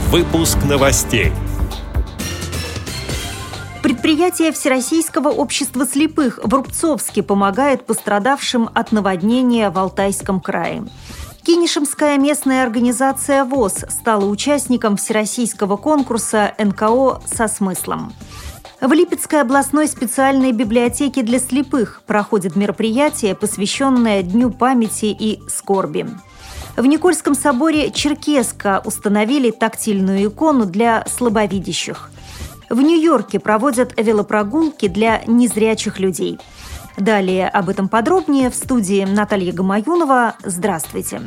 Выпуск новостей. Предприятие Всероссийского общества слепых в Рубцовске помогает пострадавшим от наводнения в Алтайском крае. Кинешемская местная организация ВОС стала участником всероссийского конкурса НКО «Со смыслом». В Липецкой областной специальной библиотеке для слепых проходит мероприятие, посвященное Дню памяти и скорби. В Никольском соборе Черкесска установили тактильную икону для слабовидящих. В Нью-Йорке проводят велопрогулки для незрячих людей. Далее об этом подробнее в студии Наталья Гамаюнова. Здравствуйте.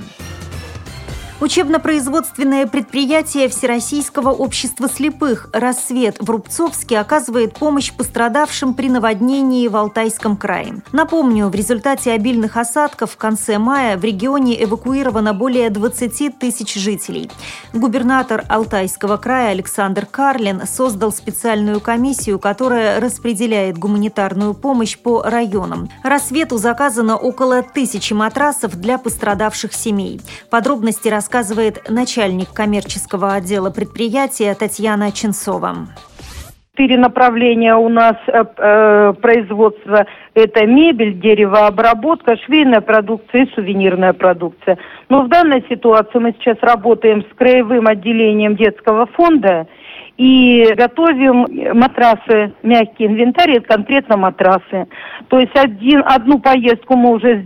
Учебно-производственное предприятие Всероссийского общества слепых «Рассвет» в Рубцовске оказывает помощь пострадавшим при наводнении в Алтайском крае. Напомню, в результате обильных осадков в конце мая в регионе эвакуировано более 20 тысяч жителей. Губернатор Алтайского края Александр Карлин создал специальную комиссию, которая распределяет гуманитарную помощь по районам. «Рассвету» заказано около 1000 матрасов для пострадавших семей. Подробности рассказывает начальник коммерческого отдела предприятия Татьяна Ченцова. 4 направления у нас производства. Это мебель, деревообработка, швейная продукция и сувенирная продукция. Но в данной ситуации мы сейчас работаем с краевым отделением детского фонда и готовим матрасы, мягкий инвентарь, это конкретно матрасы. То есть одну поездку мы уже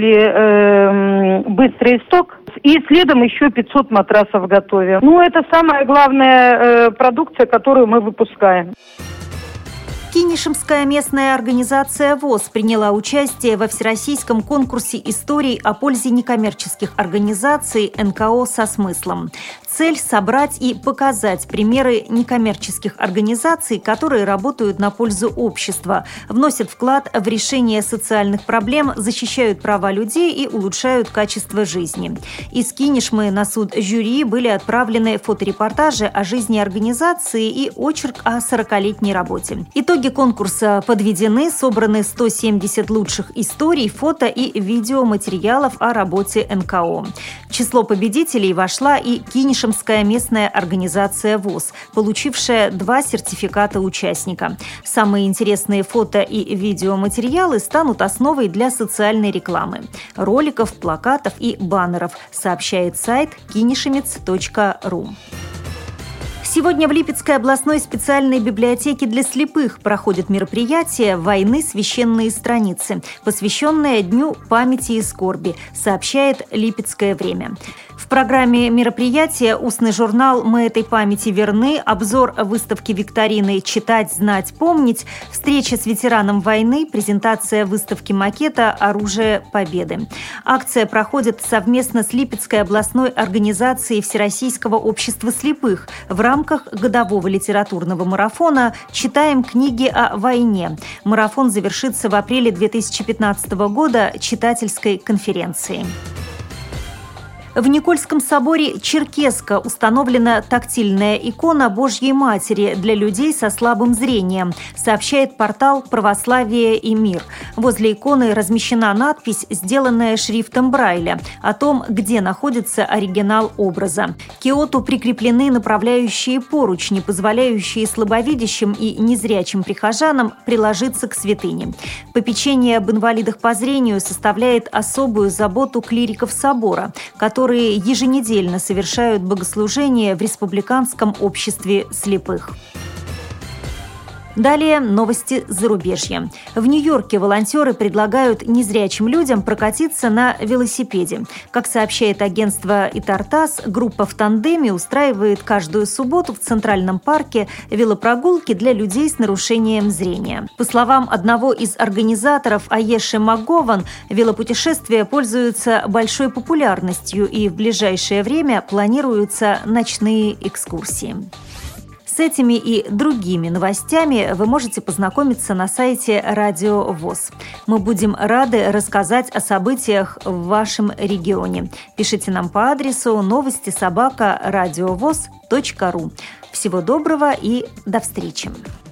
сделали быстрый сток, и следом еще 500 матрасов готовим. Это самая главная продукция, которую мы выпускаем. Кинешемская местная организация ВОС приняла участие во всероссийском конкурсе историй о пользе некоммерческих организаций НКО «Со смыслом». Цель – собрать и показать примеры некоммерческих организаций, которые работают на пользу общества, вносят вклад в решение социальных проблем, защищают права людей и улучшают качество жизни. Из Кинешмы на суд жюри были отправлены фоторепортажи о жизни организации и очерк о 40-летней работе. Итоги конкурса подведены, собраны 170 лучших историй, фото и видеоматериалов о работе НКО. В число победителей вошла и Кинешемская местная организация ВОС, получившая 2 сертификата участника. Самые интересные фото и видеоматериалы станут основой для социальной рекламы, роликов, плакатов и баннеров, сообщает сайт kineshemets.ru. Сегодня в Липецкой областной специальной библиотеке для слепых проходит мероприятие «Войны. Священные страницы», посвященное Дню памяти и скорби, сообщает «Липецкое время». В программе мероприятия устный журнал «Мы этой памяти верны», обзор выставки-викторины «Читать, знать, помнить», встреча с ветераном войны, презентация выставки макета «Оружие Победы». Акция проходит совместно с Липецкой областной организацией Всероссийского общества слепых в рамках годового литературного марафона «Читаем книги о войне». Марафон завершится в апреле 2015 года читательской конференцией. В Никольском соборе Черкесска установлена тактильная икона Божьей Матери для людей со слабым зрением, сообщает портал «Православие и мир». Возле иконы размещена надпись, сделанная шрифтом Брайля, о том, где находится оригинал образа. К киоту прикреплены направляющие поручни, позволяющие слабовидящим и незрячим прихожанам приложиться к святыне. Попечение об инвалидах по зрению составляет особую заботу клириков собора, которые еженедельно совершают богослужения в Республиканском обществе слепых. Далее новости зарубежья. В Нью-Йорке волонтеры предлагают незрячим людям прокатиться на велосипеде. Как сообщает агентство «Итартас», группа в тандеме устраивает каждую субботу в Центральном парке велопрогулки для людей с нарушением зрения. По словам одного из организаторов Аеши МакГован, велопутешествия пользуются большой популярностью и в ближайшее время планируются ночные экскурсии. С этими и другими новостями вы можете познакомиться на сайте Радио ВОС. Мы будем рады рассказать о событиях в вашем регионе. Пишите нам по адресу новости@радиовос.ру. Всего доброго и до встречи!